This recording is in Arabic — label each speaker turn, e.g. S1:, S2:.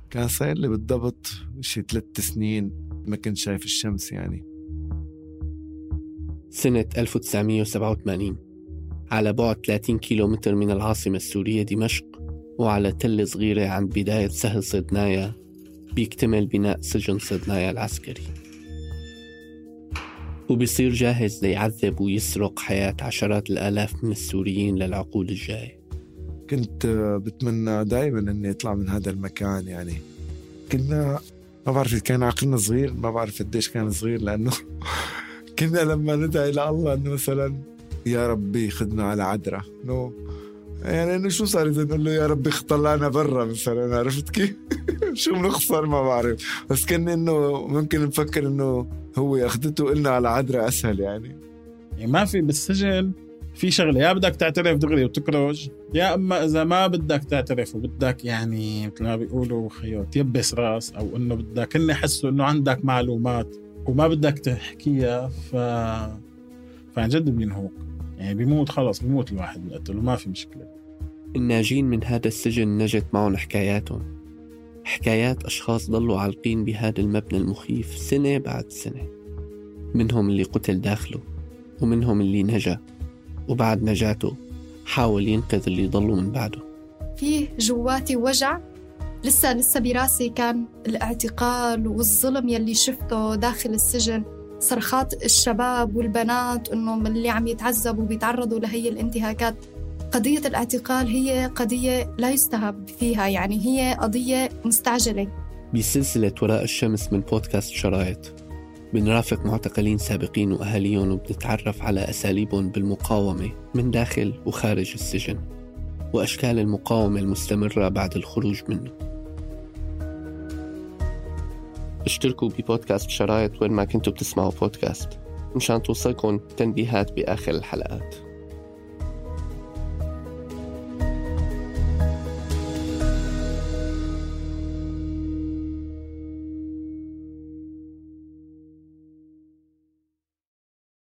S1: كان صاير لي بالضبط شي 3 سنين ما كنت شايف الشمس يعني.
S2: سنة 1987 على بعد 30 كيلومتر من العاصمة السورية دمشق، وعلى تلة صغيرة عند بداية سهل صدنايا، بيكتمل بناء سجن صدنايا العسكري، وبيصير جاهز ليعذب ويسرق حياة عشرات الآلاف من السوريين للعقود الجاية.
S1: كنت بتمنى دايما أني أطلع من هذا المكان يعني. كنا ما بعرف كان عقلنا صغير، ما بعرف قديش كان صغير، لأنه كنا لما ندعي لله أنه مثلا يا ربي خدنا على عدرة يعني إنه شو صار إذا نقول له يا ربي طلعنا برا مثلا، عرفت كيف؟ شو بنخسر ما بعرف، بس كان إنه ممكن نفكر إنه هو أخذته قلنا على عدرة أسهل يعني
S3: ما في بالسجن في شغلة، يا بدك تعترف دغري وتكرج، يا أما إذا ما بدك تعترف وبدك يعني مثل ما بيقولوا خيوط يبس راس، أو إنه بدك إنه يحسوا إنه عندك معلومات وما بدك تحكيها، فعن جد بينهوك يعني، بيموت خلاص، بيموت الواحد بقتل وما في مشكلة.
S2: الناجين من هذا السجن نجت معهم حكاياتهم، حكايات أشخاص ضلوا عالقين بهذا المبنى المخيف سنة بعد سنة، منهم اللي قتل داخله، ومنهم اللي نجا وبعد نجاته حاول ينقذ اللي ضلوا من بعده.
S4: فيه جواتي وجع لسه براسي، كان الاعتقال والظلم يلي شفته داخل السجن، صرخات الشباب والبنات إنهم اللي عم يتعذبوا وبيتعرضوا لهي الانتهاكات. قضية الاعتقال هي قضية لا يستهاب فيها، يعني هي قضية مستعجلة.
S2: بسلسلة وراء الشمس من بودكاست شرايط بنرافق معتقلين سابقين وأهاليهم، وبنتعرف على أساليبهم بالمقاومة من داخل وخارج السجن، وأشكال المقاومة المستمرة بعد الخروج منه. اشتركوا ببودكاست شرايط وين ما كنتوا بتسمعوا بودكاست مشان توصلكم تنبيهات بآخر الحلقات.